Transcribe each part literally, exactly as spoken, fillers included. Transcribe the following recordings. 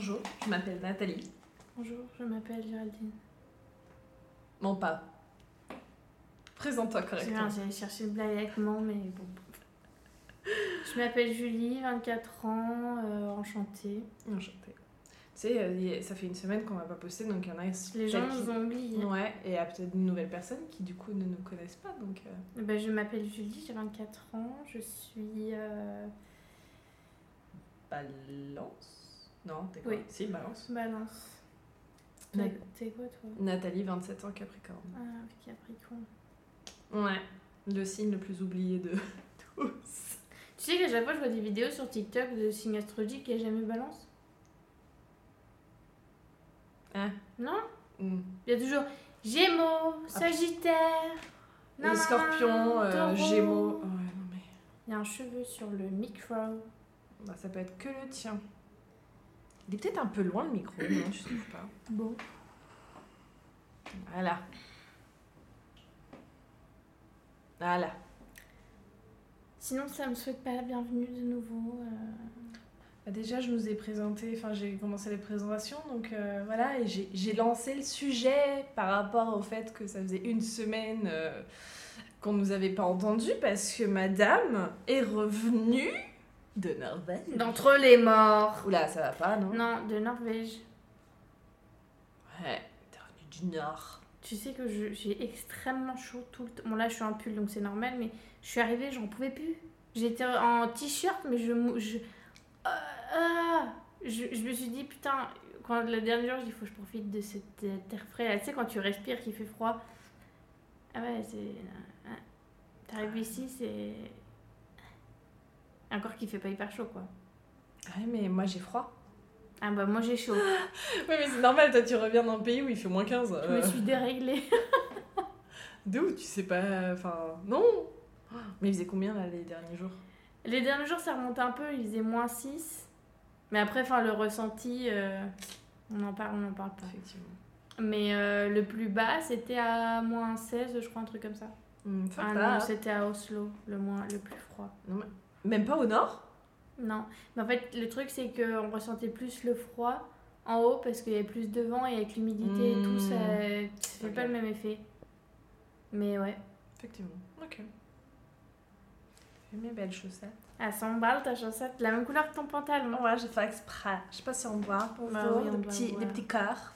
Bonjour, je m'appelle Nathalie. Bonjour, je m'appelle Géraldine. Non, pas. Présente-toi correctement. J'allais chercher une blague avec moi, mais bon. Je m'appelle Julie, vingt-quatre ans, euh, enchantée. Enchantée. Tu sais, euh, ça fait une semaine qu'on n'a pas posté, donc il y en a... Les gens nous ont oubliés. Ouais, et il y a peut-être de nouvelles personnes qui du coup ne nous connaissent pas, donc... Euh... Ben, je m'appelle Julie, j'ai vingt-quatre ans, je suis... Euh... Balance. Non, t'es quoi? Oui. Si, Balance. Balance. D'accord. T'es quoi, toi? Nathalie, vingt-sept ans, Capricorne. Ah, Capricorne. Ouais, le signe le plus oublié de tous. Tu sais qu'à chaque fois, je vois des vidéos sur TikTok de signes astrologiques et jamais Balance. Hein? Non? Mm. Il y a toujours Gémeaux, Sagittaire, Les scorpions, euh, Gémeaux... Ouais, non mais... Il y a un cheveu sur le micro. Bah, ça peut être que le tien. Il est peut-être un peu loin le micro, non, je trouve pas. Bon. Voilà. Voilà. Sinon, ça me souhaite pas la bienvenue de nouveau. Euh... Bah déjà, je nous ai présenté, enfin, j'ai commencé les présentations, donc euh, voilà, et j'ai, j'ai lancé le sujet par rapport au fait que ça faisait une semaine euh, qu'on nous avait pas entendu parce que madame est revenue de Norvège. D'entre les morts. Oula, ça va pas, non? Non, de Norvège. Ouais, t'es revenue du Nord. Tu sais que je, j'ai extrêmement chaud tout le temps. Bon, là, je suis en pull, donc c'est normal, mais je suis arrivée, j'en pouvais plus. J'étais en t-shirt, mais je... je euh, euh, je, je me suis dit, putain, quand le dernier jour, je dis, faut que je profite de cet air frais. Là, tu sais, quand tu respires, qu'il fait froid. Ah ouais, c'est... Euh, t'arrives ici, c'est... Encore qu'il fait pas hyper chaud, quoi. Ouais, mais moi, j'ai froid. Ah bah, moi, j'ai chaud. Oui, mais c'est normal, toi, tu reviens d'un pays où il fait moins quinze. Je me suis déréglée. D'où? Tu sais pas... Enfin, non. Mais il faisait combien, là, les derniers jours? Les derniers jours, ça remonte un peu, il faisait moins six. Mais après, enfin, le ressenti, euh, on en parle, on n'en parle pas. Effectivement. Mais euh, le plus bas, c'était à moins seize, je crois, un truc comme ça. Mmh, ah non, c'était à Oslo, le, moins, le plus froid. Non, mais... Même pas au nord? Non. Mais en fait, le truc, c'est qu'on ressentait plus le froid en haut parce qu'il y avait plus de vent et avec l'humidité mmh. et tout, ça ne fait okay. pas le même effet. Mais ouais. Effectivement. Ok. J'ai mes belles chaussettes. Ah, ça emballe ta chaussette, la même couleur que ton pantalon. Ouais, j'ai fait exprès. Je sais pas si on voit pour bah, vous, oui, des, petits, des petits cœurs.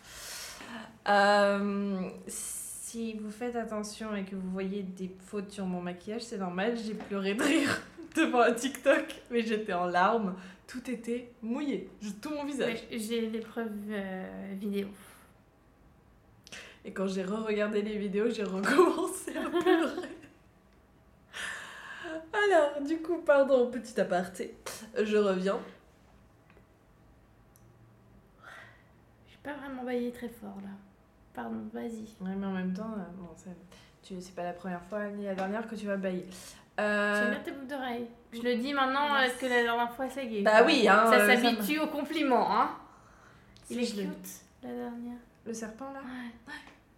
Euh, si vous faites attention et que vous voyez des fautes sur mon maquillage, c'est normal, j'ai pleuré de rire devant un TikTok, mais j'étais en larmes. Tout était mouillé, tout mon visage. Ouais, j'ai des preuves euh, vidéo. Et quand j'ai re-regardé les vidéos, j'ai recommencé à pleurer. Alors, du coup, pardon, petit aparté, je reviens. J'ai pas vraiment baillé très fort, là. Pardon, vas-y. Ouais, mais en même temps, euh, bon, ça, tu, c'est pas la première fois ni la dernière que tu vas bailler. Euh... J'aime bien tes boucles d'oreilles. Je le dis maintenant, est-ce que la dernière fois, c'est gay? Bah oui, hein. Ça euh, s'habitue ça au compliment, hein. Si, il est cute, le... la dernière. Le serpent, là? Ouais.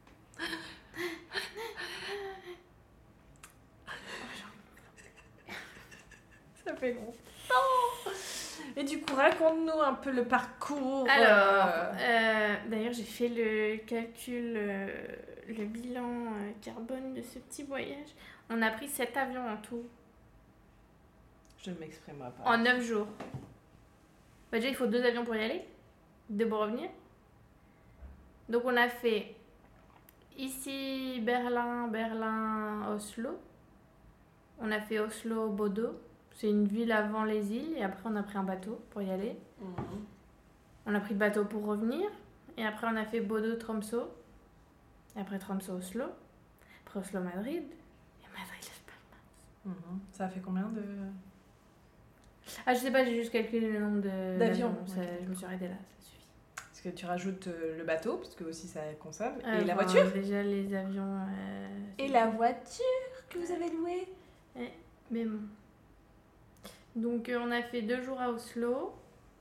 Ça fait longtemps. Et du coup, raconte-nous un peu le parcours. Alors, euh, d'ailleurs, j'ai fait le calcul, euh, le bilan euh, carbone de ce petit voyage. On a pris sept avions en tout. Je ne m'exprimerai pas. En neuf jours. Bah, déjà, il faut deux avions pour y aller, deux pour revenir. Donc, on a fait ici Berlin, Berlin, Oslo. On a fait Oslo-Bodo. C'est une ville avant les îles et après on a pris un bateau pour y aller. Mmh. On a pris le bateau pour revenir et après on a fait Bodo-Tromsø et après Tromsø-Oslo, après Oslo-Madrid et Madrid-Las Palmas. Mmh. Ça a fait combien de... Ah je sais pas, j'ai juste calculé le nombre de... d'avions. d'avions. Ouais. Je me suis arrêtée là, ça suffit. Parce que tu rajoutes le bateau, parce que aussi ça consomme, euh, et la enfin, voiture. Déjà les avions... Euh, et la voiture que vous avez louée. Eh, mais bon... Donc euh, on a fait deux jours à Oslo.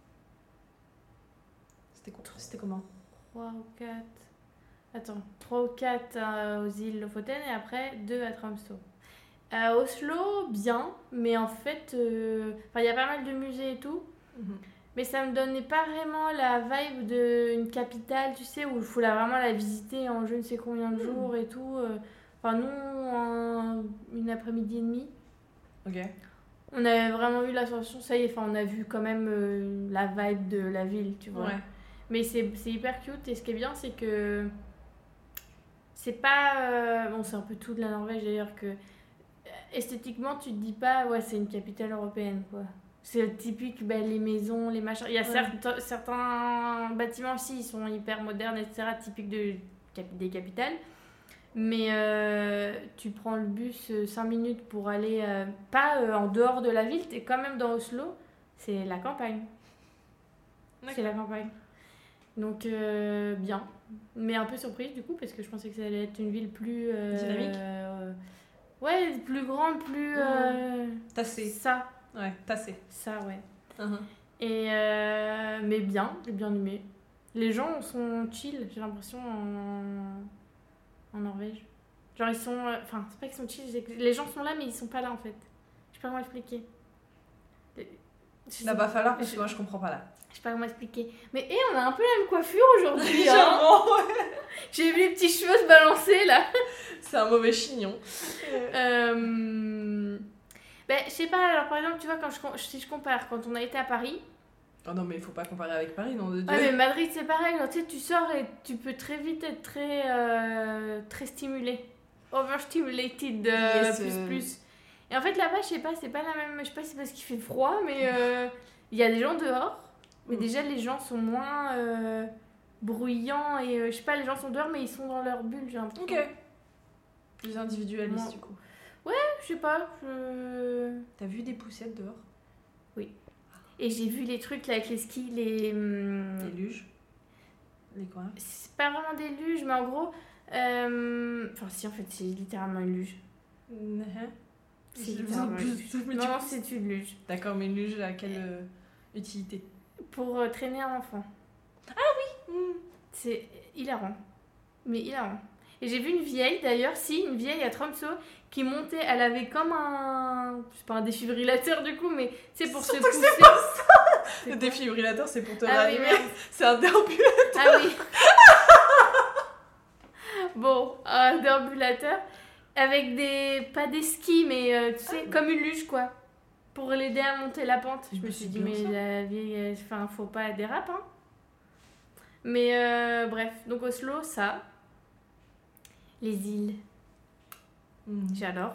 C'était, C'était comment? Trois ou quatre. Attends, trois ou quatre euh, aux îles Lofoten et après deux à Tromsø. À Oslo, bien, mais en fait, il euh, y a pas mal de musées et tout. Mm-hmm. Mais ça me donnait pas vraiment la vibe d'une capitale, tu sais, où il faut la, vraiment la visiter en je ne sais combien de jours et tout. euh. Enfin, nous, en une après-midi et demie, Ok. on avait vraiment eu la sensation, ça y est, enfin, on a vu quand même euh, la vibe de la ville, tu vois. Ouais. Mais c'est c'est hyper cute et ce qui est bien, c'est que c'est pas. euh, Bon, c'est un peu tout de la Norvège d'ailleurs, que euh, esthétiquement, tu te dis pas, ouais, c'est une capitale européenne, quoi. C'est typique, ben, les maisons, les machins. Il y a Ouais. certains, certains bâtiments aussi, ils sont hyper modernes, et cetera, typiques de, cap- des capitales. Mais euh, tu prends le bus cinq minutes pour aller, euh, pas euh, en dehors de la ville, t'es quand même dans Oslo, c'est la campagne. C'est la campagne. Donc, euh, bien. Mais un peu surprise du coup, parce que je pensais que ça allait être une ville plus. euh, Dynamique. euh, Ouais, plus grande, plus. euh, Tassé. Ça. Ouais, tassé. Ça, ouais. Uh-huh. Et euh, mais bien, j'ai bien aimé. Les gens sont chill, j'ai l'impression, en, en Norvège. Genre, ils sont. euh, Enfin, c'est pas qu'ils sont chill, c'est que les gens sont là, mais ils sont pas là en fait. Je sais pas comment expliquer. Je sais- Il va pas falloir parce je- que moi je comprends pas là. Je sais pas comment expliquer. Mais hé, on a un peu la même coiffure aujourd'hui. hein. Légèrement, ouais. J'ai vu les petits cheveux se balancer là. C'est un mauvais chignon. Euh... Ben, je sais pas, alors par exemple, tu vois, quand je, com- si je compare, quand on a été à Paris, Oh non, mais il faut pas comparer avec Paris, non de Dieu. ouais, mais Madrid c'est pareil, genre, tu sais, tu sors et tu peux très vite être très, euh, très stimulé. Overstimulated, euh, Yes, plus euh. plus. Et en fait là-bas, je sais pas, c'est pas la même. Je sais pas si c'est parce qu'il fait froid, mais euh, il y a des gens dehors. Mais Mm. déjà, les gens sont moins euh, bruyants et euh, je sais pas, les gens sont dehors, mais ils sont dans leur bulle, j'ai l'impression. Ok. Plus individualiste Moi- du coup. Je sais pas, je. T'as vu des poussettes dehors? Et j'ai vu les trucs là avec les skis, les. hum, Les luges? Les quoi? C'est pas vraiment des luges, mais en gros. euh, Enfin, si, en fait, c'est littéralement une luge. Mhm. C'est Je littéralement veux une plus- luge. mais Non, tu- non, c'est une luge. D'accord, mais une luge à quelle euh, utilité? Pour euh, traîner un enfant. Mm. C'est hilarant. Mais hilarant. Et j'ai vu une vieille, d'ailleurs, si, une vieille à Tromsø, qui montait, elle avait comme un. C'est pas un défibrillateur du coup, mais c'est pour se Surtout que pousser. C'est Le quoi défibrillateur, c'est pour te Ah oui, réanimer. merde. C'est un déambulateur. Ah oui. Bon, un déambulateur avec des. Pas des skis, mais euh, tu sais, comme une luge quoi. Pour l'aider à monter la pente. Je me Bah, suis c'est dit, bien mais ça. la vieille. euh, Enfin, faut pas déraper, hein. Mais euh, bref, donc Oslo, ça. Les îles, Mm. j'adore.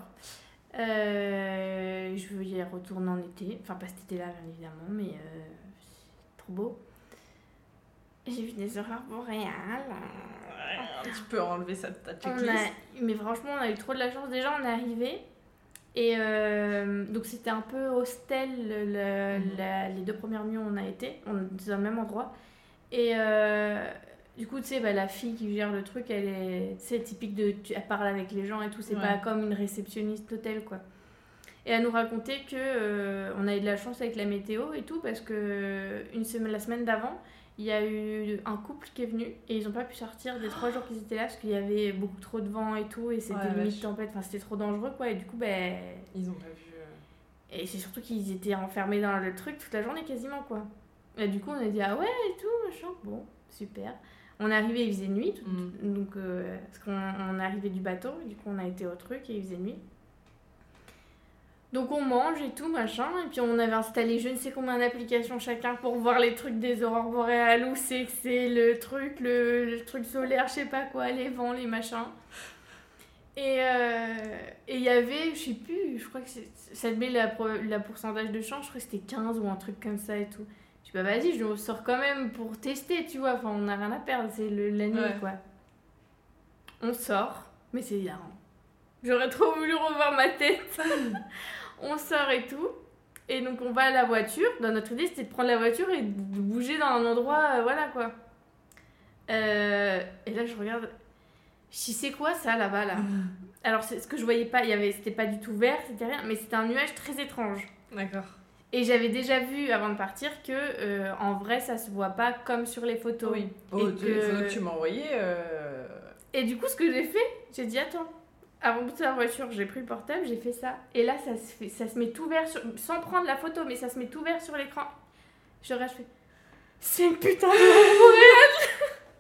Euh, je veux y retourner en été. Enfin, pas cet été-là, bien évidemment, mais euh, c'est trop beau. J'ai vu des aurores boréales. Tu peux enlever ça de ta On checklist. a- Mais franchement, on a eu trop de la chance. Déjà, on est arrivé. Et euh, donc, c'était un peu hostel. le- le- Mhm. la- les deux premières nuits où on a été. On était au même endroit. Et euh, du coup, tu sais, bah, la fille qui gère le truc, elle est tu sais, typique de. tu- Elle parle avec les gens et tout. C'est Ouais. pas comme une réceptionniste d'hôtel, quoi. Et elle nous racontait que euh, on a eu de la chance avec la météo et tout. Parce que une semaine, la semaine d'avant, il y a eu un couple qui est venu et ils n'ont pas pu sortir des trois jours qu'ils étaient là parce qu'il y avait beaucoup trop de vent et tout et c'était Ouais, limite vache. tempête, enfin c'était trop dangereux quoi et du coup ben Ils ont pas vu. euh, et c'est surtout qu'ils étaient enfermés dans le truc toute la journée quasiment quoi. Et du coup on a dit ah ouais et tout machin, bon super. On est arrivé, il faisait nuit tout- Mm. donc euh, parce qu'on on est arrivé du bateau et du coup on a été au truc et il faisait nuit. Donc on mange et tout machin et puis on avait installé je ne sais combien d'applications chacun pour voir les trucs des aurores boréales où c'est que c'est le truc le, le truc solaire je sais pas quoi les vents les machins et euh, et il y avait je sais plus je crois que c'est- ça te met la, pro- la pourcentage de chance je crois que c'était quinze ou un truc comme ça et tout je dis bah vas-y je me sors quand même pour tester tu vois enfin on n'a rien à perdre c'est le, la nuit Ouais. quoi on sort mais c'est hilarant j'aurais trop voulu revoir ma tête on sort et tout. Et donc on va à la voiture. Dans notre idée, c'était de prendre la voiture et de bouger dans un endroit, euh, voilà quoi. Euh, et là, je regarde. Je dis, c'est quoi ça là-bas là Alors, c'est ce que je voyais pas. Il y avait, c'était pas du tout vert, c'était rien. Mais c'était un nuage très étrange. D'accord. Et j'avais déjà vu avant de partir que euh, en vrai, ça se voit pas comme sur les photos. Oui. Oh, Et tu- que- les photos que tu m'as envoyées. euh, Et du coup, ce que j'ai fait, j'ai dit attends. Avant de monter dans la voiture, j'ai pris le portable, j'ai fait ça. Et là, ça se, fait, ça se met tout vert, sur, sans prendre la photo, mais ça se met tout vert sur l'écran. Je reste, je fais c'est une putain d'aurore boréale.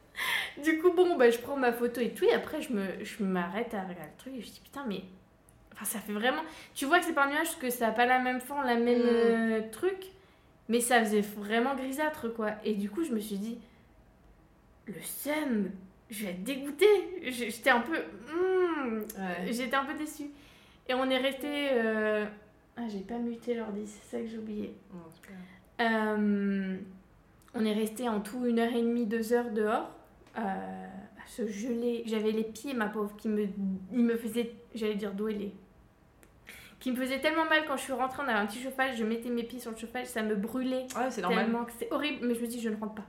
Du coup, bon, bah, je prends ma photo et tout, et après, je, me, je m'arrête à regarder le truc, et je dis, putain, mais... Enfin, ça fait vraiment... Tu vois que c'est pas un nuage, parce que ça a pas la même forme, la même Mm. euh, truc, mais ça faisait vraiment grisâtre, quoi. Et du coup, je me suis dit, le seum, je vais être dégoûtée. J'étais un peu... hmm, Ouais. J'étais un peu déçue. Et on est resté... euh, Ah, j'ai pas muté l'ordi, c'est ça que j'ai oublié. Non, c'est pas grave. Euh, On est resté en tout une heure et demie, deux heures dehors, euh, à se geler. J'avais les pieds, ma pauvre, qui me, ils me faisaient, j'allais dire douiller, qui me faisait tellement mal quand je suis rentrée. On avait un petit chauffage, je mettais mes pieds sur le chauffage, ça me brûlait Ouais, c'est normal. tellement que c'est horrible. Mais je me dis, je ne rentre pas.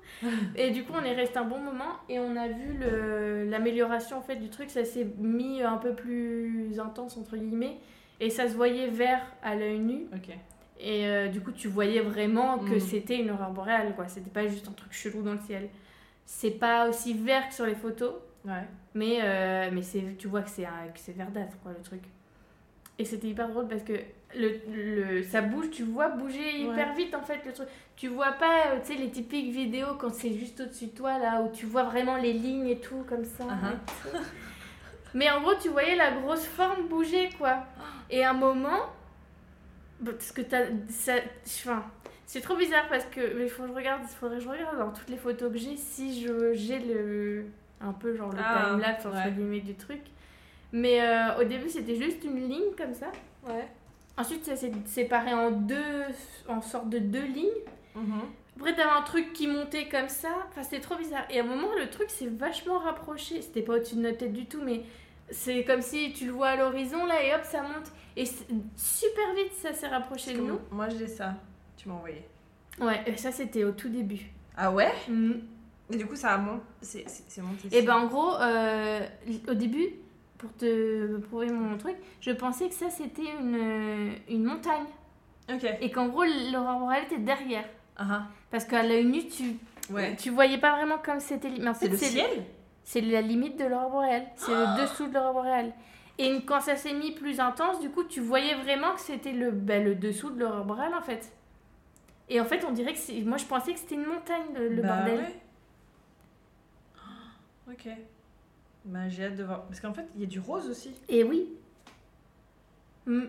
Et du coup, on est resté un bon moment et on a vu le, l'amélioration en fait du truc. Ça s'est mis un peu plus intense entre guillemets et ça se voyait vert à l'œil nu. Ok. Et euh, du coup, tu voyais vraiment que Mm. c'était une aurore boréale, quoi. C'était pas juste un truc chelou dans le ciel. C'est pas aussi vert que sur les photos, Ouais. mais, euh, mais c'est, tu vois que c'est, un, que c'est verdâtre, quoi, le truc. Et c'était hyper drôle parce que le, le, ça bouge, tu vois bouger hyper Ouais. vite, en fait, le truc. Tu vois pas, euh, tu sais, les typiques vidéos quand c'est juste au-dessus de toi, là, où tu vois vraiment les lignes et tout, comme ça. Uh-huh. et tout. Mais en gros, tu voyais la grosse forme bouger, quoi. Et à un moment... Parce que t'as... Ça, enfin, c'est trop bizarre parce que... Mais il faut que je regarde, faudrait que je regarde dans toutes les photos que j'ai si je, j'ai le... Un peu genre le Ah, time-lapse, entre ouais. guillemets, du truc. Mais euh, au début, c'était juste une ligne comme ça. Ouais. Ensuite, ça s'est séparé en deux... En sorte de deux lignes. Mhm. Après, t'avais un truc qui montait comme ça. Enfin, c'était trop bizarre. Et à un moment, le truc s'est vachement rapproché. C'était pas au-dessus de notre tête du tout, mais... C'est comme si tu le vois à l'horizon, là, et hop, ça monte. Et c'est- super vite, ça s'est rapproché de Parce que nous. Moi, j'ai ça. Tu m'as envoyé. Ouais, et ça, c'était au tout début. Ah ouais? Mm. Et du coup, ça a monté. C'est, c'est, c'est monté. Et ben, en gros, euh, au début, pour te prouver mon truc, je pensais que ça, c'était une, une montagne. Ok. Et qu'en gros, l'aurore boréale était derrière. Ah Parce qu'à l'œil nu, tu, Ouais. tu voyais pas vraiment comme c'était. Mais en C'est fait, le c'est ciel? C'est la limite de l'aurore boréale. C'est le dessous de l'aurore boréale. Et une- quand ça s'est mis plus intense, du coup, tu voyais vraiment que c'était le, bah, le dessous de l'aurore boréale, en fait. Et en fait, on dirait que c'est... Moi, je pensais que c'était une montagne, le, le Bah bordel. ouais. Ok. Bah, j'ai hâte de voir. Parce qu'en fait, il y a du rose aussi. Et oui. Mm.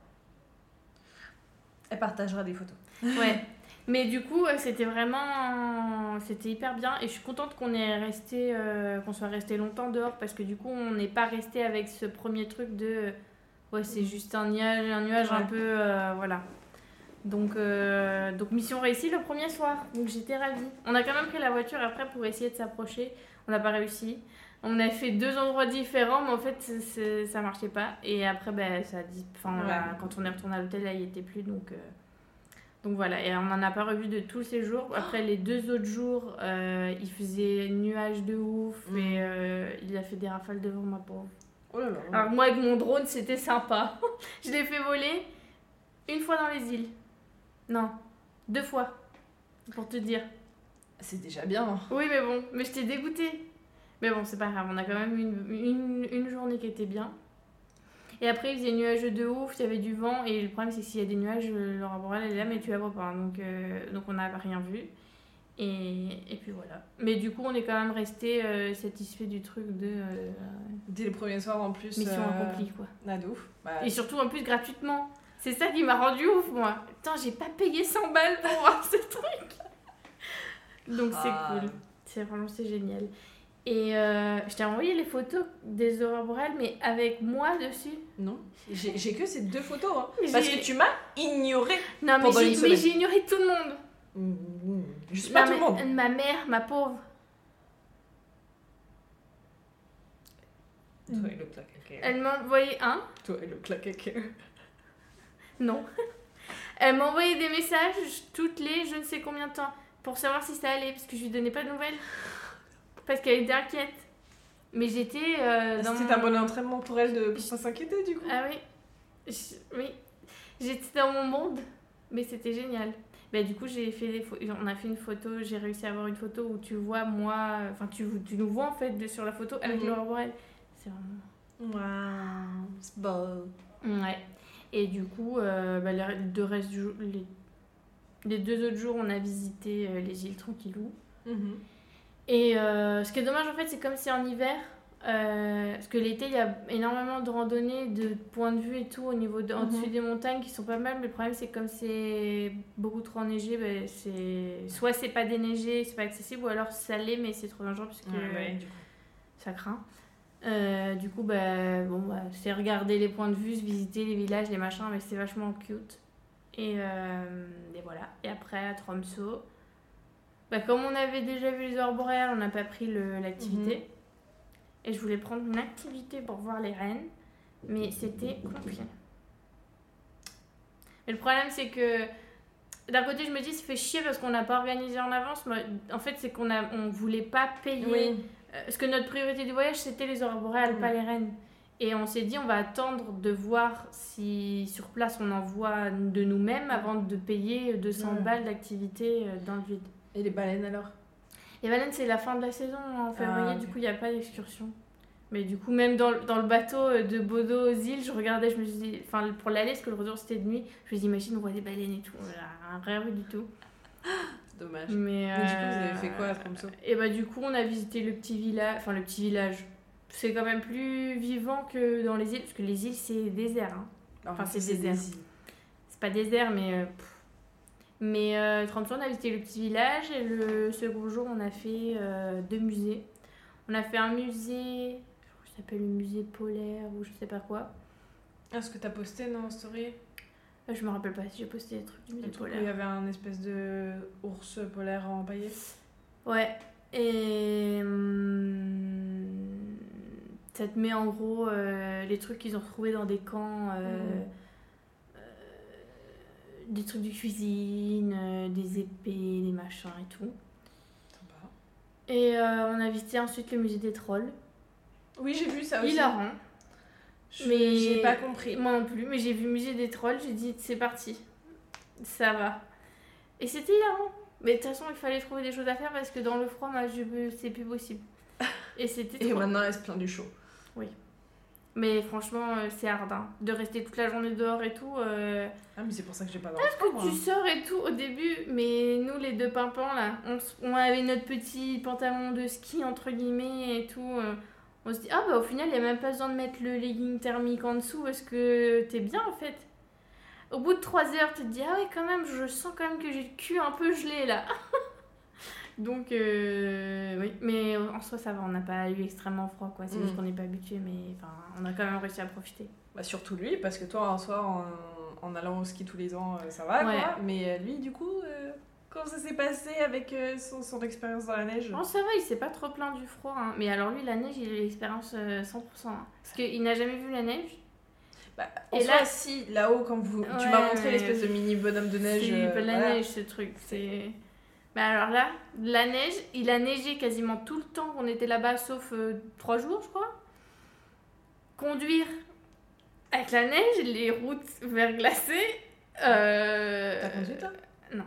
Elle partagera des photos. Ouais. Mais du coup, euh, c'était vraiment... C'était hyper bien. Et je suis contente qu'on est resté, euh, qu'on soit resté longtemps dehors. Parce que du coup, on n'est pas resté avec ce premier truc de... Ouais, c'est juste un nuage, un nuage Ouais. un peu... euh, voilà. Donc, euh, donc, mission réussie le premier soir. Donc, j'étais ravie. On a quand même pris la voiture après pour essayer de s'approcher. On n'a pas réussi. On a fait deux endroits différents, mais en fait, c'est, c'est, ça marchait pas. Et après, ben, ça a dit... Enfin, on a- Ouais. quand on est retourné à l'hôtel, là, il n'y était plus. Donc... euh, Donc voilà, et on n'en a pas revu de tous ces jours. Après, les deux autres jours, euh, il faisait nuage de ouf Mm. et euh, il a fait des rafales devant ma pauvre. Oh là là. Alors moi, avec mon drone, c'était sympa. Je l'ai fait voler une fois dans les îles. Non, deux fois, pour te dire. C'est déjà bien. Hein. Oui, mais bon, mais j'étais dégoûtée. Mais bon, c'est pas grave, on a quand même une, une, une journée qui était bien. Et après, il faisait nuageux de ouf, il y avait du vent. Et le problème, c'est que s'il y a des nuages, euh, l'aurore boréale, elle est là, mais tu la vois pas. Donc, euh, donc on n'a rien vu. Et, et puis voilà. Mais du coup, on est quand même resté euh, satisfait du truc de euh, Dès le premier soir en plus. mission euh, accomplie, quoi. Ah, de ouf. Bah, Et surtout, en plus, gratuitement. C'est ça qui m'a rendu ouf, moi. Putain, j'ai pas payé cent balles pour voir ce truc. Donc, c'est Ah. cool. C'est vraiment, c'est génial. Et euh, je t'ai envoyé les photos des aurores boréales, mais avec moi dessus. Non, j'ai, j'ai que ces deux photos. Hein. J'ai- Parce que tu m'as ignoré. Non, mais Pendant j'ai, une mais semaine. j'ai ignoré tout le monde. Mmh, juste pas Non, tout le mais monde. ma mère, ma pauvre. Toi et le claque à cœur. Elle m'a envoyé un. Toi et le claque à cœur. Non. Elle m'a envoyé des messages toutes les je ne sais combien de temps pour savoir si ça allait, parce que je lui donnais pas de nouvelles. Parce qu'elle était inquiète. Mais j'étais euh, dans C'était mon... un bon entraînement pour elle de pas s'inquiéter du coup. Ah oui. Je- Oui. J'étais dans mon monde. Mais c'était génial. Bah, du coup, j'ai fait des pho- on a fait une photo, j'ai réussi à avoir une photo où tu vois moi, enfin tu, tu nous vois en fait de, sur la photo avec Mhm. l'aurore boréale. C'est vraiment... Waouh, c'est beau. Ouais. Et du coup, euh, bah, les deux restes du jour, les Les deux autres jours, on a visité euh, les îles tranquillou. Mhm. Et euh, ce qui est dommage, en fait, c'est comme c'est en hiver. Euh, parce que l'été, il y a énormément de randonnées, de points de vue et tout au niveau de, en Mhm. dessus des montagnes qui sont pas mal. Mais le problème, c'est que comme c'est beaucoup trop enneigé, ben, c'est... soit c'est pas déneigé, c'est pas accessible, ou alors ça l'est, mais c'est trop dangereux parce que Ouais, ouais, du coup. ça craint. Euh, du coup, bah, bon, bah, c'est regarder les points de vue, se visiter les villages, les machins, mais c'est vachement cute. Et, euh, et voilà. Et après, à Tromsø, bah, comme on avait déjà vu les aurores boréales, on n'a pas pris le, l'activité. Mhm. Et je voulais prendre une activité pour voir les rennes, mais c'était complet. Mais le problème, c'est que d'un côté, je me dis, ça fait chier parce qu'on n'a pas organisé en avance. Mais en fait, c'est qu'on ne on voulait pas payer. Oui. Euh, Parce que notre priorité du voyage, c'était les aurores boréales, Mhm. pas les rennes. Et on s'est dit, on va attendre de voir si sur place on en voit de nous-mêmes avant de payer deux cents Ouais. balles d'activité euh, dans le vide. Et les baleines alors? Et Valence, c'est la fin de la saison en février, Ah, ok. du coup, il n'y a pas d'excursion. Mais du coup, même dans, le- dans le bateau de Bodo aux îles, je regardais, je me suis dit, enfin, pour l'aller, parce que le retour c'était de nuit, je me suis dit, imagine, on voit des baleines et tout. Voilà, rien vu du tout. Dommage. Mais, Mais du coup, vous avez fait quoi à Tromsø? Et bah, du coup, on a visité le petit village, enfin, le petit village. C'est quand même plus vivant que dans les îles, parce que les îles, c'est désert. Hein. Enfin, c'est désert. des îles. C'est pas désert, mais. euh, pff. Mais euh, Tromsø, on a visité le petit village et le second jour, on a fait euh, deux musées. On a fait un musée, je crois que ça s'appelle le musée polaire ou je sais pas quoi. Ah, ce que t'as posté, non, en story? Euh, Je me rappelle pas si j'ai posté des trucs du musée Le truc où il y polaire. avait un espèce de ours polaire empaillé. Ouais, et hum, ça te met en gros euh, les trucs qu'ils ont retrouvés dans des camps. euh, Mhm. euh, des trucs de cuisine, euh, des épées, des machins et tout. Sympa. Et euh, on a visité ensuite le musée des trolls. Oui, j'ai vu ça aussi. Hilarant. Je- Mais J'ai pas compris. Moi non plus, mais j'ai vu musée des trolls, j'ai dit c'est parti. Ça va. Et c'était hilarant. Mais de toute façon, il fallait trouver des choses à faire parce que dans le froid, moi, je c'est plus possible. Et c'était Et trop. maintenant, elle se plaint du chaud. Mais franchement, euh, c'est hard. Hein. De rester toute la journée dehors et tout. euh, Ah, mais c'est pour ça que j'ai pas Parce d'enfant. que tu sors et tout au début, mais nous, les deux pimpants, là, on, s- on avait notre petit pantalon de ski, entre guillemets, et tout. euh, On se dit, ah bah au final, il n'y a même pas besoin de mettre le legging thermique en dessous parce que t'es bien en fait. Au bout de trois heures, tu te dis, ah ouais, quand même, je sens quand même que j'ai le cul un peu gelé là. Donc, euh, oui, mais en soi, ça va, on n'a pas eu extrêmement froid quoi. C'est Mm. juste qu'on n'est pas habitué, mais enfin, on a quand même réussi à profiter. Bah, surtout lui, parce que toi, en soi, en, en allant au ski tous les ans, euh, ça va, Ouais. quoi. Mais euh, lui, du coup, euh, comment ça s'est passé avec euh, son, son expérience dans la neige? Non, ça va, il s'est pas trop plaint du froid. Hein. Mais alors, lui, la neige, il a eu l'expérience euh, cent pour cent. Hein. Parce qu'il n'a jamais vu la neige. Bah, en Et soi, là- si, là-haut, quand vous, tu Ouais, m'as montré mais- l'espèce de mini bonhomme de neige. C'est euh, pas de la voilà. neige, ce truc. C'est... Mais alors là, la neige, il a neigé quasiment tout le temps qu'on était là-bas, sauf euh, trois jours, je crois. Conduire avec la neige, les routes verglacées. Euh... T'as conduit, toi? Non.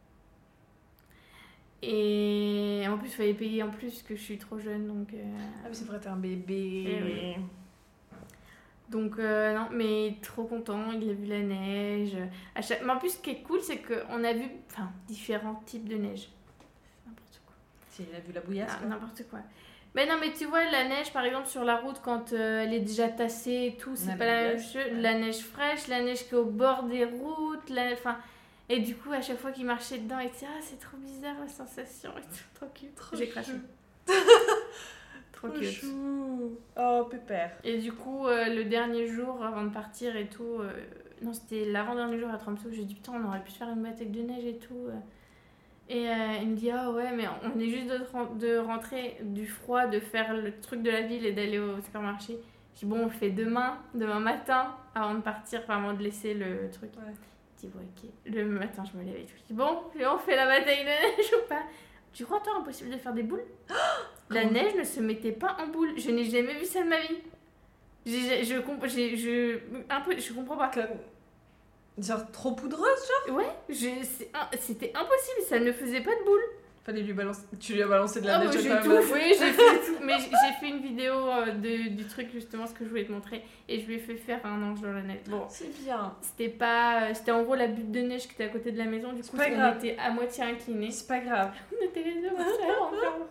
Et en plus, il fallait payer en plus que je suis trop jeune, donc... euh, Ah, mais c'est vrai, t'es un bébé. Eh oui. Donc, euh, non, mais trop content, il a vu la neige. À chaque... Mais en plus, ce qui est cool, c'est qu'on a vu enfin, différents types de neige. N'importe quoi. Si, il a vu la bouillasse, Ah, quoi. n'importe quoi. Mais non, mais tu vois, la neige, par exemple, sur la route, quand euh, elle est déjà tassée et tout, c'est La pas la même bouillasse, chose. ouais. La neige fraîche, la neige qui est au bord des routes, la... enfin... Et du coup, à chaque fois qu'il marchait dedans, il disait « Ah, c'est trop bizarre la sensation. » Et tout, trop cute. Trop J'ai chou. craché. Trop Trop cute. chou. Oh, pépère. Et du coup, euh, le dernier jour, avant de partir et tout, euh, non, c'était l'avant-dernier jour à Tromsø, j'ai dit putain, on aurait pu se faire une bataille de neige et tout. euh. Et euh, il me dit, ah ouais, mais on est juste de, ren- de rentrer du froid, de faire le truc de la ville et d'aller au supermarché. Je dis, bon, on le fait demain, demain matin, avant de partir, enfin, avant de laisser le truc. Ouais. Je dis, bon, ok. Le matin, je me lève et tout. Je dis, bon, on fait la bataille de neige ou pas? Tu crois, toi, impossible de faire des boules? La Comment? neige ne se mettait pas en boule. Je n'ai jamais vu ça de ma vie. J'ai- Je, comp- j'ai- je, un peu, je comprends pas. Comme... Genre trop poudreuse, genre? Ouais, je- c'est un- c'était impossible, ça ne faisait pas de boule. Fallait lui balancer. Tu lui as balancé de la Ah, neige bah, à j'ai ta tout main. fait, j'ai fait tout. Mais j'ai j'ai fait une vidéo euh, de, du truc, justement, ce que je voulais te montrer. Et je lui ai fait faire un ange dans la neige. Bon, C'est bien. c'était pas. C'était en gros la butte de neige qui était à côté de la maison. Du C'est coup, pas on grave. était à moitié inclinés. C'est pas grave. On était les deux à faire encore.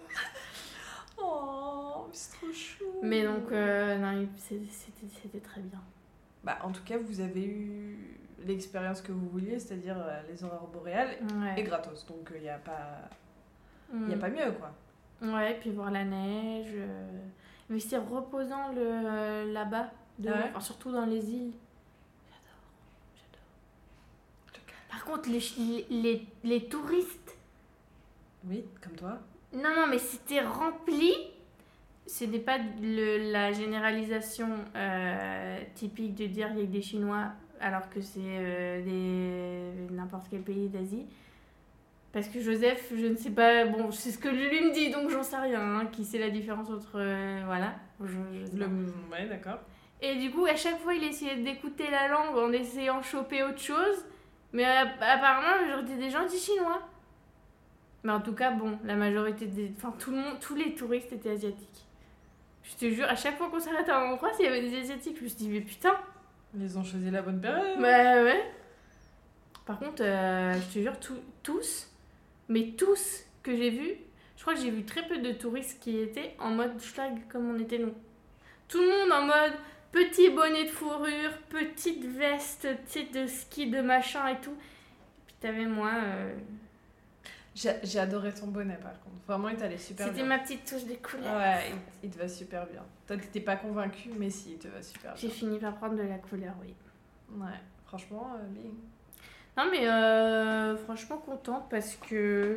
Oh, c'est trop chou. Mais donc, euh, non, il- c'est- c'était c'était très bien. Bah, en tout cas, vous avez eu l'expérience que vous vouliez, c'est-à-dire euh, les aurores boréales Ouais. et gratos. Donc, il n'y a pas... Mm. Y a pas mieux, quoi. Ouais, puis voir la neige. euh, Mais c'est reposant le... là-bas. de- Ah ouais enfin, surtout dans les îles. J'adore. J'adore. Par contre, les, ch- les, les touristes. Oui, comme toi. Non, non, mais c'était rempli. Ce n'est pas le- la généralisation euh, typique de dire qu'il y a que des Chinois alors que c'est euh, des n'importe quel pays d'Asie. Parce que Joseph, je ne sais pas, bon, c'est ce que lui me dit, donc j'en sais rien, hein, qui sait la différence entre, euh, voilà. Je, je sais Le... pas. Ouais, d'accord. Et du coup, à chaque fois, il essayait d'écouter la langue en essayant de choper autre chose. Mais euh, apparemment, la majorité des gens disent chinois. Mais en tout cas, bon, la majorité des... Enfin, tout le monde, tous les touristes étaient asiatiques. Je te jure, à chaque fois qu'on s'arrête à un endroit, s'il y avait des asiatiques, je me suis dit, mais putain. Ils ont choisi la bonne période. Bah ouais. Par contre, euh, je te jure, tout- tous, mais tous que j'ai vus, je crois que j'ai vu très peu de touristes qui étaient en mode schlag comme on était nous. Tout le monde en mode petit bonnet de fourrure, petite veste, petite de ski, de machin et tout. Puis t'avais moi, euh, J'ai j'ai adoré ton bonnet, par contre. Vraiment, il t'allait super c'était bien. ma petite touche de couleur. Ouais, il, il te va super bien. Toi, t'étais pas convaincue, mais si, il te va super J'ai bien. fini par prendre de la couleur, oui. Ouais, franchement, euh, bien. Non mais euh, franchement contente parce que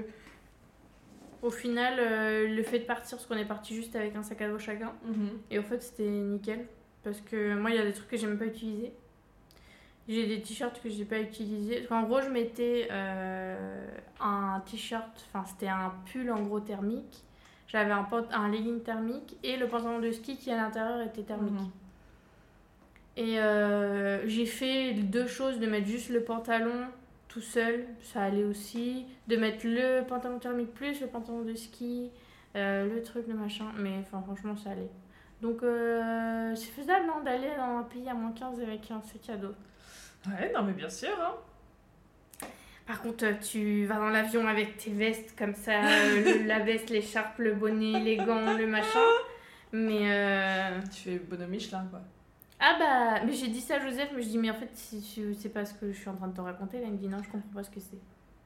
au final euh, le fait de partir, parce qu'on est parti juste avec un sac à dos chacun, et au fait c'était nickel parce que moi il y a des trucs que j'ai même pas utilisés. J'ai des t-shirts que j'ai pas utilisés. Parce qu'en gros je mettais euh, un t-shirt, enfin c'était un pull en gros thermique. J'avais un, pant- un legging thermique et le pantalon de ski qui à l'intérieur était thermique. Mhm. Et euh, j'ai fait deux choses, de mettre juste le pantalon tout seul, ça allait aussi. De mettre le pantalon thermique plus le pantalon de ski, euh, le truc, le machin. Mais enfin, franchement, ça allait. Donc euh, c'est faisable hein, d'aller dans un pays à moins quinze avec un sac à dos. Ouais, non, mais bien sûr, hein. Par contre, euh, tu vas dans l'avion avec tes vestes comme ça, euh, le- la veste, l'écharpe, le bonnet, les gants, le machin. Mais... euh, Tu fais bonhomme Michelin, quoi. Ah bah, mais j'ai dit ça à Joseph, mais je dis, mais en fait, si tu sais pas ce que je suis en train de te raconter, là, il me dit non, je comprends pas ce que c'est.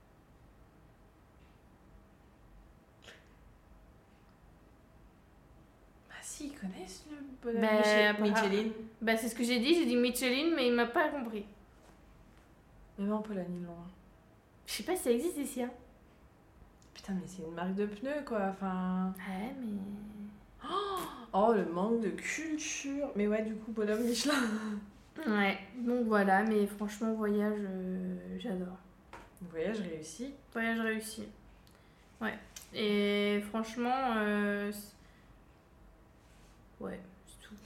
Bah si, ils connaissent le bonhomme Bah, Michel- bah, Michelin. Bah, c'est ce que j'ai dit, j'ai dit Michelin, mais il m'a pas compris. Même en Pologne, ils l'ont. hein. Je sais pas si ça existe ici, hein. Putain, mais c'est une marque de pneus, quoi. Enfin... Ouais, mais... Oh, le manque de culture. Mais ouais, du coup, bonhomme Michelin. Ouais, donc voilà, mais franchement, voyage, euh, j'adore. Voyage réussi. Voyage réussi. Ouais. Et franchement, euh, c'est- ouais, c'est tout.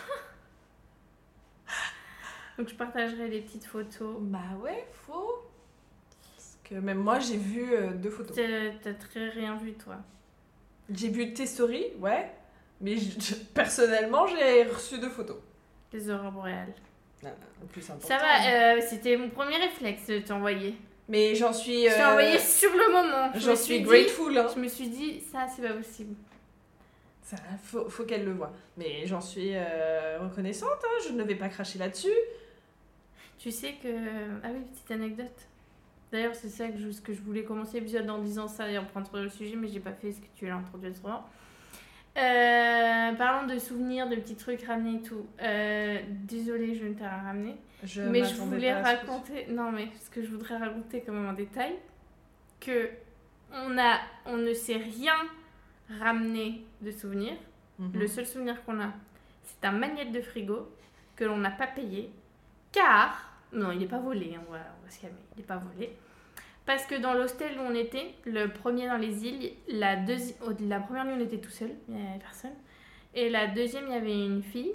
Donc je partagerai des petites photos. Bah ouais, faut. Parce que même moi, j'ai vu euh, deux photos. T'as t'as très rien vu, toi. J'ai vu tes stories, ouais. Mais je- je- personnellement, j'ai reçu deux photos. Les aurores boréales. Ah, le plus important. Ça va, euh, c'était mon premier réflexe de t'envoyer. Mais j'en suis. Je t'ai euh, envoyé sur le moment. Je J'en me suis dit- grateful. Hein. Je me suis dit, ça, c'est pas possible. Ça, faut, faut qu'elle le voie. Mais j'en suis euh, reconnaissante. Hein. Je ne vais pas cracher là-dessus. Tu sais que... Ah oui, petite anecdote. D'ailleurs, c'est ça que je, ce que je voulais commencer l'épisode en disant ça et en prendre le sujet, mais j'ai pas fait ce que tu l'as introduit autrement. Euh, parlons de souvenirs, de petits trucs ramenés et tout. Euh, désolée, je ne t'ai rien ramené. Je mais je m'attendais voulais pas à ce que- raconter... Non, mais ce que je voudrais raconter quand même en détail, que on, a, on ne sait rien ramener de souvenirs. Mhm. Le seul souvenir qu'on a, c'est un magnète de frigo que l'on n'a pas payé, car... Non, il n'est pas volé, hein, on, va, on va se calmer, il n'est pas volé. Parce que dans l'hostel où on était, le premier dans les îles, la, deuxi... oh, la première nuit on était tout seul, il n'y avait personne. Et la deuxième, il y avait une fille.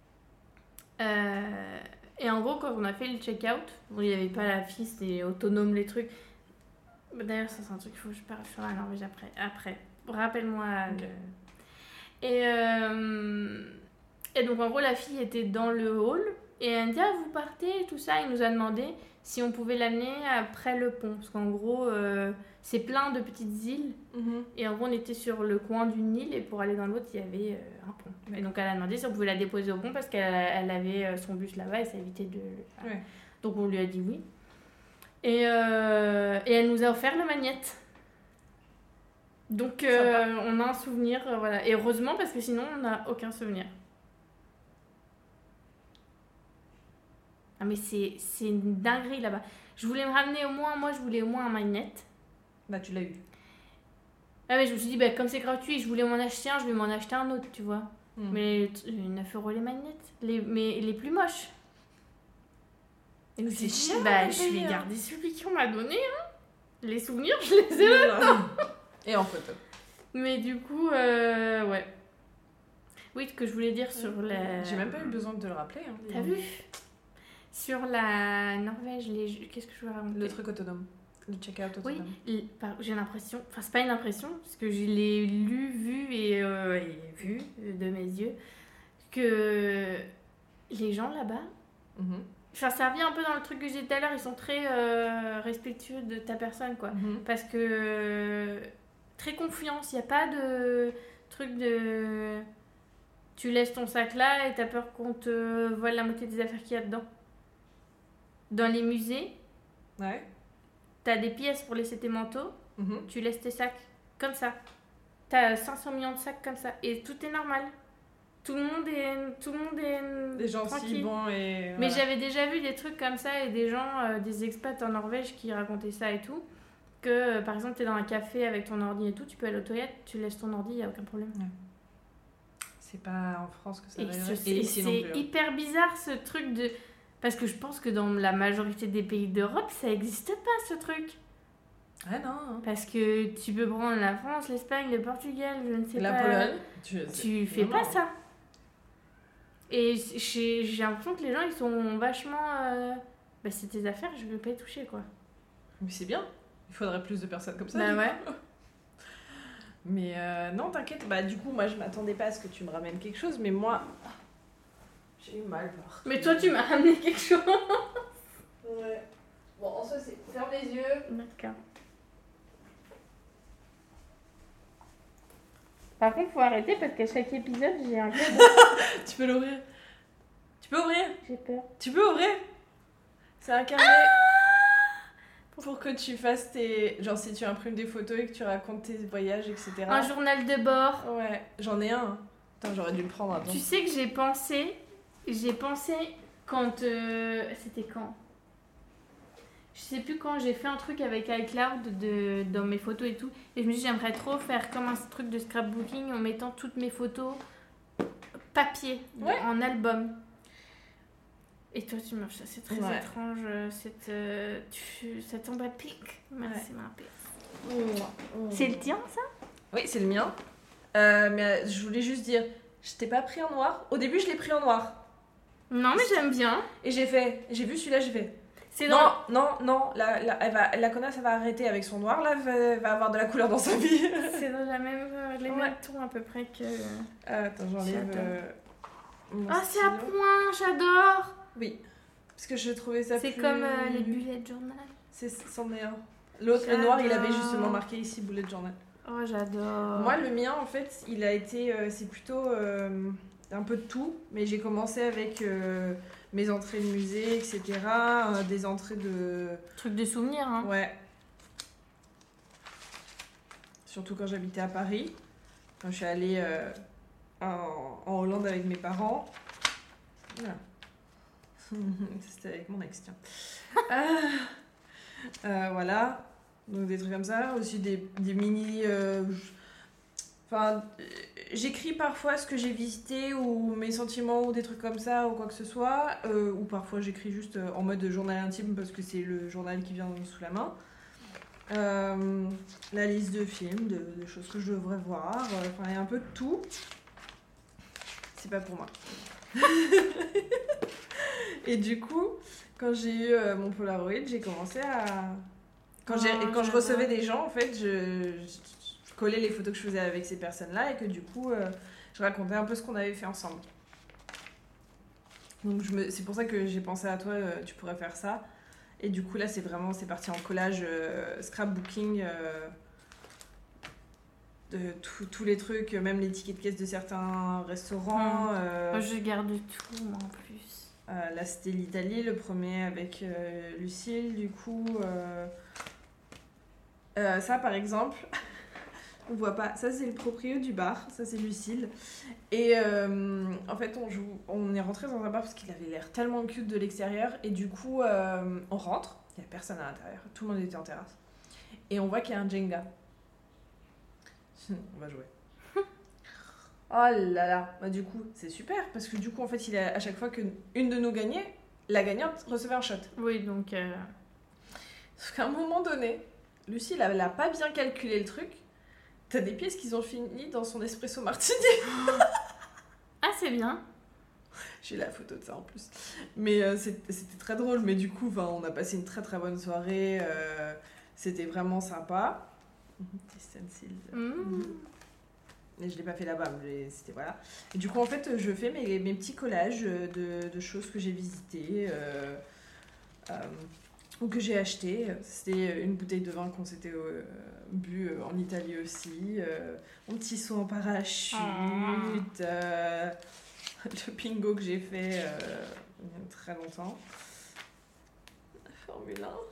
Euh, Et en gros, quand on a fait le check-out, bon, il n'y avait pas la fille, c'était autonome les trucs. Bah, d'ailleurs, ça, c'est un truc qu'il faut que je parle sur la Norvège après. Après. Rappelle-moi. Ok. Le... Et, euh... et donc, en gros, la fille était dans le hall. Et elle me dit, ah, vous partez et tout ça. Il nous a demandé si on pouvait l'amener après le pont. Parce qu'en gros, euh, c'est plein de petites îles. Mhm. Et en gros, on était sur le coin d'une île. Et pour aller dans l'autre, il y avait euh, un pont. Et donc, elle a demandé si on pouvait la déposer au pont. Parce qu'elle elle avait euh, son bus là-bas. Et ça évitait de... Ouais. Donc, on lui a dit oui. Et, euh, et elle nous a offert le magnète. Donc, euh, on a un souvenir. Euh, voilà. Et heureusement, parce que sinon, on n'a aucun souvenir. Ah mais c'est, c'est une dinguerie là-bas. Je voulais me ramener au moins, moi je voulais au moins un magnet. Bah tu l'as eu. Ah mais je me suis dit, bah, comme c'est gratuit, je voulais m'en acheter un, je vais m'en acheter un autre, tu vois. Mm. Mais neuf euros les magnets, les, mais les plus moches. Et c'est cher. Bah je vais garder celui qu'on m'a donné. Hein. Les souvenirs, je les ai là. Et en photo. Mais du coup, euh, ouais. Oui, ce que je voulais dire sur la... J'ai même pas eu besoin de te le rappeler. Hein, T'as vu ? Sur la Norvège, les... qu'est-ce que je veux raconter ? Le truc autonome. Le check-out autonome. Oui, j'ai l'impression, enfin c'est pas une impression, parce que je l'ai lu, vu et, euh, et vu de mes yeux, que les gens là-bas, mm-hmm. enfin ça revient un peu dans le truc que j'ai dit tout à l'heure, ils sont très euh, respectueux de ta personne, quoi. Mm-hmm. Parce que très confiance, il n'y a pas de truc de... Tu laisses ton sac là et t'as peur qu'on te vole la moitié des affaires qu'il y a dedans. Dans les musées, ouais. T'as des pièces pour laisser tes manteaux, mm-hmm. tu laisses tes sacs comme ça. T'as cinq cents millions de sacs comme ça. Et tout est normal. Tout le monde est, tout le monde est des gens tranquille. si bons et... Voilà. Mais j'avais déjà vu des trucs comme ça et des gens, euh, des expats en Norvège qui racontaient ça et tout. Que euh, par exemple, t'es dans un café avec ton ordi et tout, tu peux aller aux toilettes, tu laisses ton ordi, y a aucun problème. Ouais. C'est pas en France que ça et va ce, et c'est, non c'est plus. hyper bizarre ce truc de... Parce que je pense que dans la majorité des pays d'Europe, ça n'existe pas ce truc. Ah non. Parce que tu peux prendre la France, l'Espagne, le Portugal, je ne sais la pas. La Pologne. Tu, tu fais pas ça. Et j'ai, j'ai l'impression que les gens, ils sont vachement... Euh... Bah c'est tes affaires, je veux pas y toucher, quoi. Mais c'est bien. Il faudrait plus de personnes comme ça. Bah ouais. Mais euh, non, t'inquiète. Bah du coup, moi, je m'attendais pas à ce que tu me ramènes quelque chose. Mais moi... J'ai eu mal partout. Mais toi, tu m'as ramené quelque chose. Ouais. Bon, en soi, c'est... Ferme les yeux. D'accord. Par contre, faut arrêter parce qu'à chaque épisode, j'ai un cadeau. Tu peux l'ouvrir. Tu peux ouvrir. J'ai peur. Tu peux ouvrir. C'est un carnet ah pour que tu fasses tes... Genre, si tu imprimes des photos et que tu racontes tes voyages, et cetera. Un journal de bord. Ouais, j'en ai un. Attends, j'aurais dû le prendre avant. Tu sais que j'ai pensé... J'ai pensé quand... Euh... C'était quand ? Je sais plus quand, j'ai fait un truc avec iCloud de, dans mes photos et tout. Et je me dis, j'aimerais trop faire comme un truc de scrapbooking en mettant toutes mes photos papier, ouais. en album. Et toi, tu marches ça, c'est très ouais. étrange. Cette, euh, tu, ça tombe à pic. Merci, ma oh, oh. C'est le tien, ça ? Oui, c'est le mien. Euh, mais je voulais juste dire, je t'ai pas pris en noir. Au début, je l'ai pris en noir. Non, mais j'aime bien. Et j'ai fait, j'ai vu celui-là, j'ai fait... C'est non, dans... non, non, la, la, elle va, la connasse, elle va arrêter avec son noir, là, elle va avoir de la couleur dans sa vie. C'est dans la même, les ouais. mêmes tons à peu près que... Ah, attends, j'enlève... Euh, ah, c'est à point, j'adore. Oui, parce que je trouvais ça c'est plus... C'est comme euh, les bullet journal. C'est, c'en est un. L'autre, le noir, il avait justement marqué ici bullet journal. Oh, j'adore. Moi, le mien, en fait, il a été... Euh, c'est plutôt euh, un peu de tout, mais j'ai commencé avec... Euh, mes entrées de musée, et cetera. Euh, des entrées de... Trucs de souvenirs, hein. Ouais. Surtout quand j'habitais à Paris. Quand je suis allée euh, en, en Hollande avec mes parents. Voilà. C'était avec mon ex, tiens. euh, euh, voilà. Donc des trucs comme ça. Aussi des, des mini... Euh, Enfin, j'écris parfois ce que j'ai visité ou mes sentiments ou des trucs comme ça ou quoi que ce soit. Euh, ou parfois j'écris juste en mode journal intime parce que c'est le journal qui vient sous la main. Euh, la liste de films, de, de choses que je devrais voir. Enfin, il y a un peu de tout. C'est pas pour moi. Et du coup, quand j'ai eu euh, mon Polaroid, j'ai commencé à... Quand, j'ai, et quand je recevais des gens, en fait, je, je, je collais les photos que je faisais avec ces personnes-là et que du coup, euh, je racontais un peu ce qu'on avait fait ensemble. Donc je me, c'est pour ça que j'ai pensé à toi, euh, tu pourrais faire ça. Et du coup, là, c'est vraiment, c'est parti en collage, euh, scrapbooking, euh, de tous les trucs, même les tickets de caisse de certains restaurants. Mmh. Euh, Moi, je garde tout, moi, en plus. Euh, là, c'était l'Italie, le premier avec euh, Lucille, du coup. Euh... Euh, ça, par exemple, on voit pas. Ça, c'est le proprio du bar. Ça, c'est Lucille. Et euh, en fait, on, joue... on est rentré dans un bar parce qu'il avait l'air tellement cute de l'extérieur. Et du coup, euh, on rentre. Il n'y a personne à l'intérieur. Tout le monde était en terrasse. Et on voit qu'il y a un Jenga. On va jouer. Oh là là, bah, du coup, c'est super parce que du coup, en fait, il a, à chaque fois qu'une de nous gagnait, la gagnante recevait un shot. Oui, donc. Euh... Sauf qu'à un moment donné, Lucie, elle a pas bien calculé le truc. T'as des pièces qui ont fini dans son espresso martini. Ah, c'est bien. J'ai la photo de ça en plus. Mais euh, c'était, c'était très drôle. Mais du coup, on a passé une très très bonne soirée. Euh, c'était vraiment sympa. Mmh. Et je l'ai pas fait là-bas, mais c'était voilà. Et du coup, en fait, je fais mes, mes petits collages de, de choses que j'ai visitées euh, euh, ou que j'ai achetées. C'était une bouteille de vin qu'on s'était euh, bu en Italie aussi. Euh, mon petit saut en parachute. Oh. Euh, le bingo que j'ai fait euh, il y a très longtemps. La Formule un.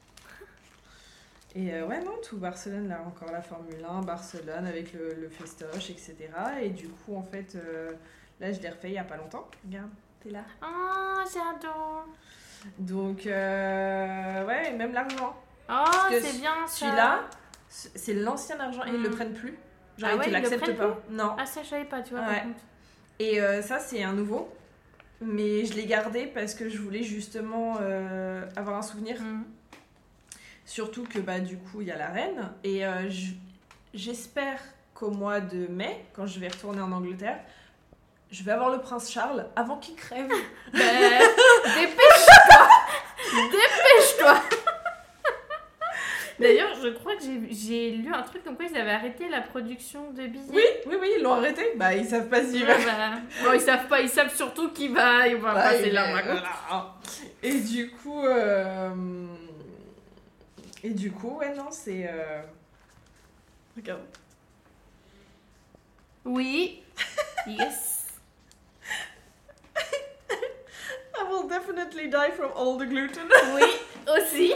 Et euh, ouais, non, tout Barcelone, là, encore la Formule un, Barcelone avec le, le festoche, et cetera. Et du coup, en fait, euh, là, je l'ai refait il n'y a pas longtemps. Regarde, t'es là. Oh, j'adore. Donc, euh, ouais, et même l'argent. Oh, c'est bien ça. Celui-là, c'est l'ancien argent et mmh. ils ne le prennent plus. Genre, ah ils ouais, te ils l'acceptent pas. Plus non. Ah, ça, je savais pas, tu vois, ouais. par contre. Et euh, ça, c'est un nouveau. Mais je l'ai gardé parce que je voulais justement euh, avoir un souvenir. Mmh. Surtout que bah, du coup, il y a la reine. Et euh, j'espère qu'au mois de mai, quand je vais retourner en Angleterre, je vais avoir le prince Charles avant qu'il crève. Bah, dépêche-toi. Dépêche-toi. D'ailleurs, je crois que j'ai, j'ai lu un truc comme quoi ils avaient arrêté la production de billets. Oui, oui, oui, ils l'ont arrêté. Bah, ils savent pas s'il va. Ouais, bah... Bon, ils savent pas, ils savent surtout qui va. Il va bah, passer là, voilà. Et du coup... Euh... Et du coup, ouais, non, c'est... Euh... Regarde. Oui. Yes. I will definitely die from all the gluten. Oui, aussi.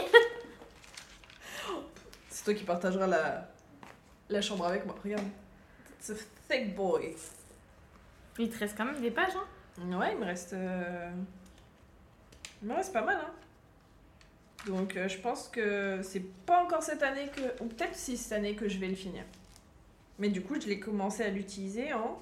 C'est toi qui partageras la, la chambre avec moi. Regarde. It's a thick boy. Il te reste quand même des pages, hein? Ouais, il me reste... Euh... Il me reste pas mal, hein. Donc euh, je pense que c'est pas encore cette année que... Ou peut-être si cette année que je vais le finir. Mais du coup, je l'ai commencé à l'utiliser en...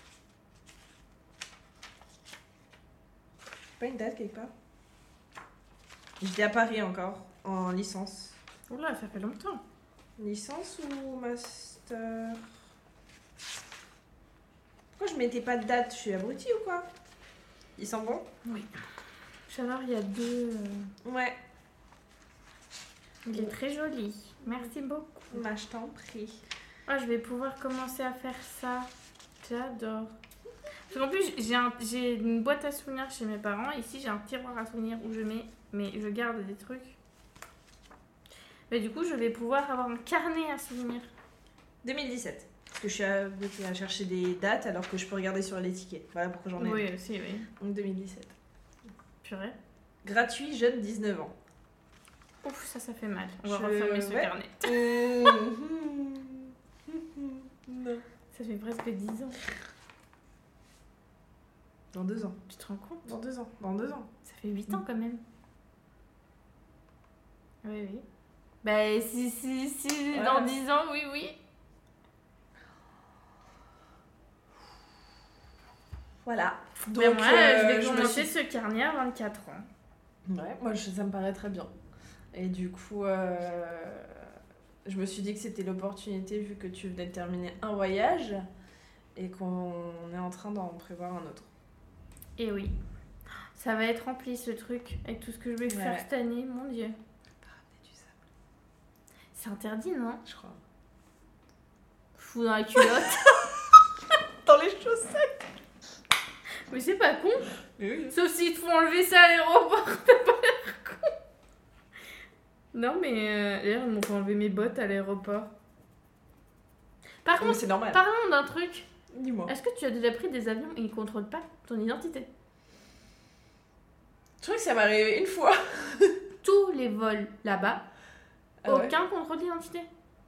Pas une date quelque part. J'étais à Paris encore, en licence. Oula, ça fait longtemps. Licence ou master? Pourquoi je mettais pas de date? Je suis abrutie ou quoi? Ils sont bons? Oui. Alors, il y a deux... Euh... Ouais. Il est très joli. Merci beaucoup. Bah, je t'en prie. Oh, je vais pouvoir commencer à faire ça. J'adore. Parce qu'en plus, j'ai, un, j'ai une boîte à souvenirs chez mes parents. Ici, j'ai un tiroir à souvenirs où je mets... Mais je garde des trucs. Mais du coup, je vais pouvoir avoir un carnet à souvenirs. deux mille dix-sept. Parce que je suis habituée à chercher des dates alors que je peux regarder sur l'étiquette. Voilà pourquoi j'en ai. Oui, aussi, oui. Donc deux mille dix-sept. Purée. Gratuit, jeune, dix-neuf ans. Ouf, ça, ça fait mal. On va je... refermer ce ouais. carnet. Non. Ça fait presque dix ans. Dans deux ans. Tu te rends compte? Dans deux ans. Dans deux ans. Ça fait huit ans quand même. Oui, oui. Bah, si, si, si, ouais. Dans dix ans, oui, oui. Voilà. Donc, mais moi, euh, je vais commencer suis... ce carnet à vingt-quatre ans. Ouais, moi, je, ça me paraît très bien. Et du coup, euh, je me suis dit que c'était l'opportunité, vu que tu venais de terminer un voyage et qu'on est en train d'en prévoir un autre. Et oui. Ça va être rempli, ce truc, avec tout ce que je vais ouais. faire cette année, mon Dieu. C'est interdit, non? Je crois. Fou dans la culotte. Dans les chaussettes. Mais c'est pas con. Oui. Sauf s'ils te font enlever ça à l'aéroport, t'as pas l'air con. Non, mais euh, d'ailleurs, ils m'ont fait enlever mes bottes à l'aéroport. Par Mais contre, c'est normal. parlons d'un truc. Dis-moi. Est-ce que tu as déjà pris des avions et ils contrôlent pas ton identité? Je crois que ça m'est arrivé une fois. Tous les vols là-bas, Ah ouais. aucun contrôle d'identité.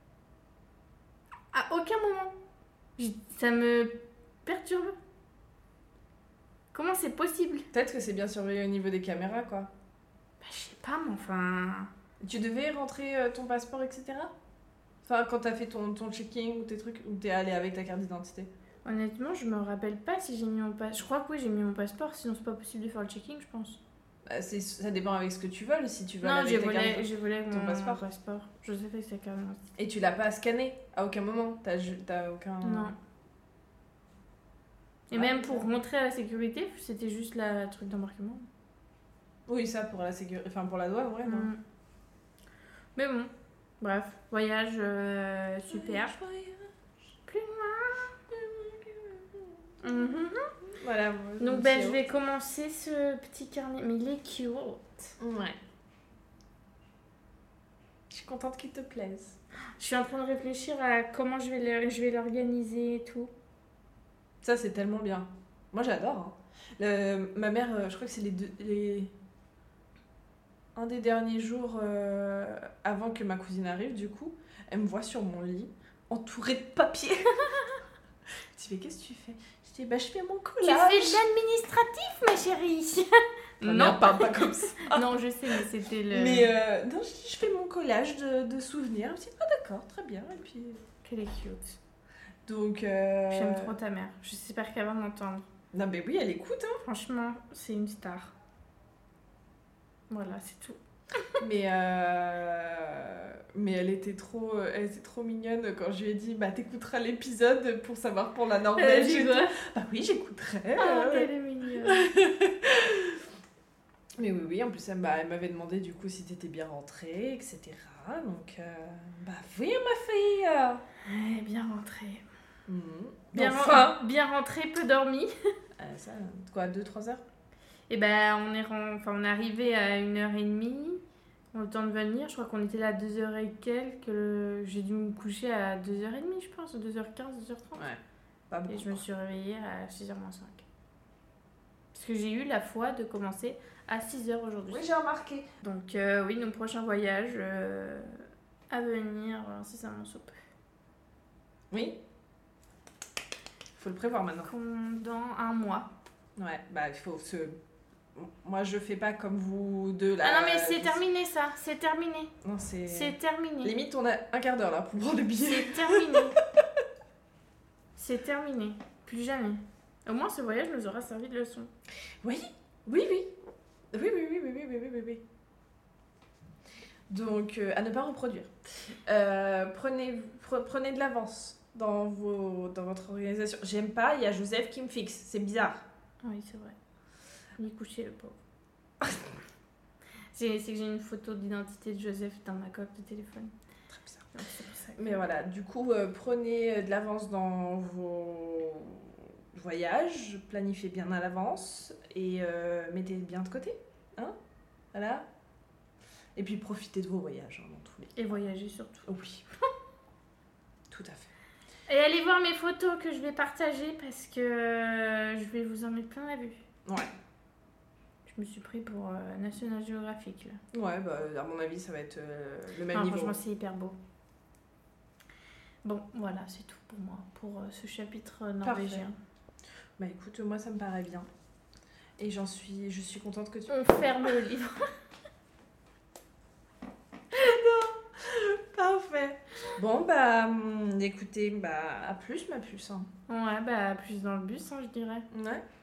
À aucun moment. J- Ça me perturbe. Comment c'est possible? Peut-être que c'est bien surveillé au niveau des caméras, quoi. Bah, je sais pas, mais enfin... Tu devais rentrer euh, ton passeport, et cetera. Enfin, quand t'as fait ton, ton checking ou tes trucs, ou t'es allé avec ta carte d'identité. Honnêtement, je me rappelle pas si j'ai mis mon passeport. Je crois que oui, j'ai mis mon passeport, sinon c'est pas possible de faire le checking, je pense. Bah, c'est, ça dépend avec ce que tu voles, si tu veux Non, aller j'ai avec ta carte volé, d'identité. j'ai volé avec ton mon passeport. passeport. Je sais que c'est quand même... Et tu l'as pas scanné à aucun moment. T'as, ju- t'as aucun. Non. Et Ouais, même pour ça. rentrer à la sécurité, c'était juste la truc d'embarquement. Oui, ça pour la sécurité. Enfin, pour la douane, ouais, non. Mm. Mais bon, bref, voyage euh, super. Plus loin. Mhm. Voilà. Donc ben, je vais commencer ce petit carnet. Mais il est cute. Ouais. Je suis contente qu'il te plaise. Je suis en train de réfléchir à comment je vais le- je vais l'organiser et tout. Ça, c'est tellement bien. Moi, j'adore. hein. Le- ma mère, euh, je crois que c'est les deux. Les... Un des derniers jours euh, avant que ma cousine arrive, du coup, elle me voit sur mon lit, entourée de papier. Tu fais, qu'est-ce que tu fais? Je dis, bah, je fais mon Tu collage. fais de l'administratif, ma chérie. Ma Non, mère parle pas comme ça. non, je sais, mais c'était le. Mais euh, non, je, dis, je fais mon collage de, de souvenirs. Elle me dit, ah d'accord, très bien. Et puis, Qu'elle est cute. donc. euh, J'aime trop ta mère. J'espère qu'elle va m'entendre. Non, mais oui, elle écoute. Hein. Franchement, c'est une star. Voilà, c'est tout. Mais, euh, mais elle était trop, elle était trop mignonne quand je lui ai dit, bah t'écouteras l'épisode pour savoir pour la Norvège. Elle a dit et quoi tout. Bah oui, j'écouterai. Oh, euh. elle est mignonne. Mais oui, oui, en plus elle m'a- elle m'avait demandé du coup si t'étais bien rentrée, et cetera. Donc, euh, bah oui, ma fille. Ouais, bien rentré. Mhm. Bien, Enfin. ren- bien rentré, peu dormi. Euh, ça, quoi, deux trois heures? Et ben, on est, ren- enfin, on est arrivé à une heure trente. On a le temps de venir. Je crois qu'on était là à deux heures et quelques. Le- J'ai dû me coucher à deux heures trente, je pense. deux heures quinze, deux heures trente. Ouais, pas beaucoup. Et je me suis réveillée à six heures moins cinq. Parce que j'ai eu la foi de commencer à six heures aujourd'hui. Oui, j'ai remarqué. Donc euh, oui, nos prochains voyages euh, à venir, euh, incessamment sous peu. Oui. Faut le prévoir maintenant. Qu'on- Dans un mois. Ouais, bah il faut se. Moi, je fais pas comme vous deux là. Ah non mais c'est qui- terminé ça, c'est terminé. Non, c'est. C'est terminé. Limite, on a un quart d'heure là pour prendre le billet. C'est terminé. C'est terminé. Plus jamais. Au moins ce voyage nous aura servi de leçon. Oui, oui, oui. Oui, oui, oui, oui, oui, oui, oui, oui. Donc, euh, à ne pas reproduire. Euh, prenez, pre- prenez de l'avance dans, vos, dans votre organisation. J'aime pas, il y a Joseph qui me fixe. C'est bizarre. Oui, c'est vrai. Il est couché le pauvre. c'est c'est que j'ai une photo d'identité de Joseph dans ma coque de téléphone. Très bizarre. Donc, c'est pour ça que- Mais voilà, du coup, euh, prenez de l'avance dans vos voyages. Planifiez bien à l'avance. Et euh, mettez bien de côté. Hein? Voilà. Et puis, profitez de vos voyages, hein, dans tous les Et voyager surtout. Oh oui. Tout à fait. Et allez voir mes photos que je vais partager parce que euh, je vais vous en mettre plein la vue. Ouais. Je me suis pris pour euh, National Geographic là. Ouais, bah, à mon avis, ça va être euh, le même Ah, niveau. franchement, c'est hyper beau. Bon, voilà, c'est tout pour moi, pour euh, ce chapitre euh, norvégien. Bah écoute, moi, ça me paraît bien. Et j'en suis, je suis contente que tu... On ferme le livre. Parfait. Bon, bah, hum, écoutez, bah, à plus, ma puce. Hein. Ouais, bah, plus dans le bus, hein, je dirais. Ouais.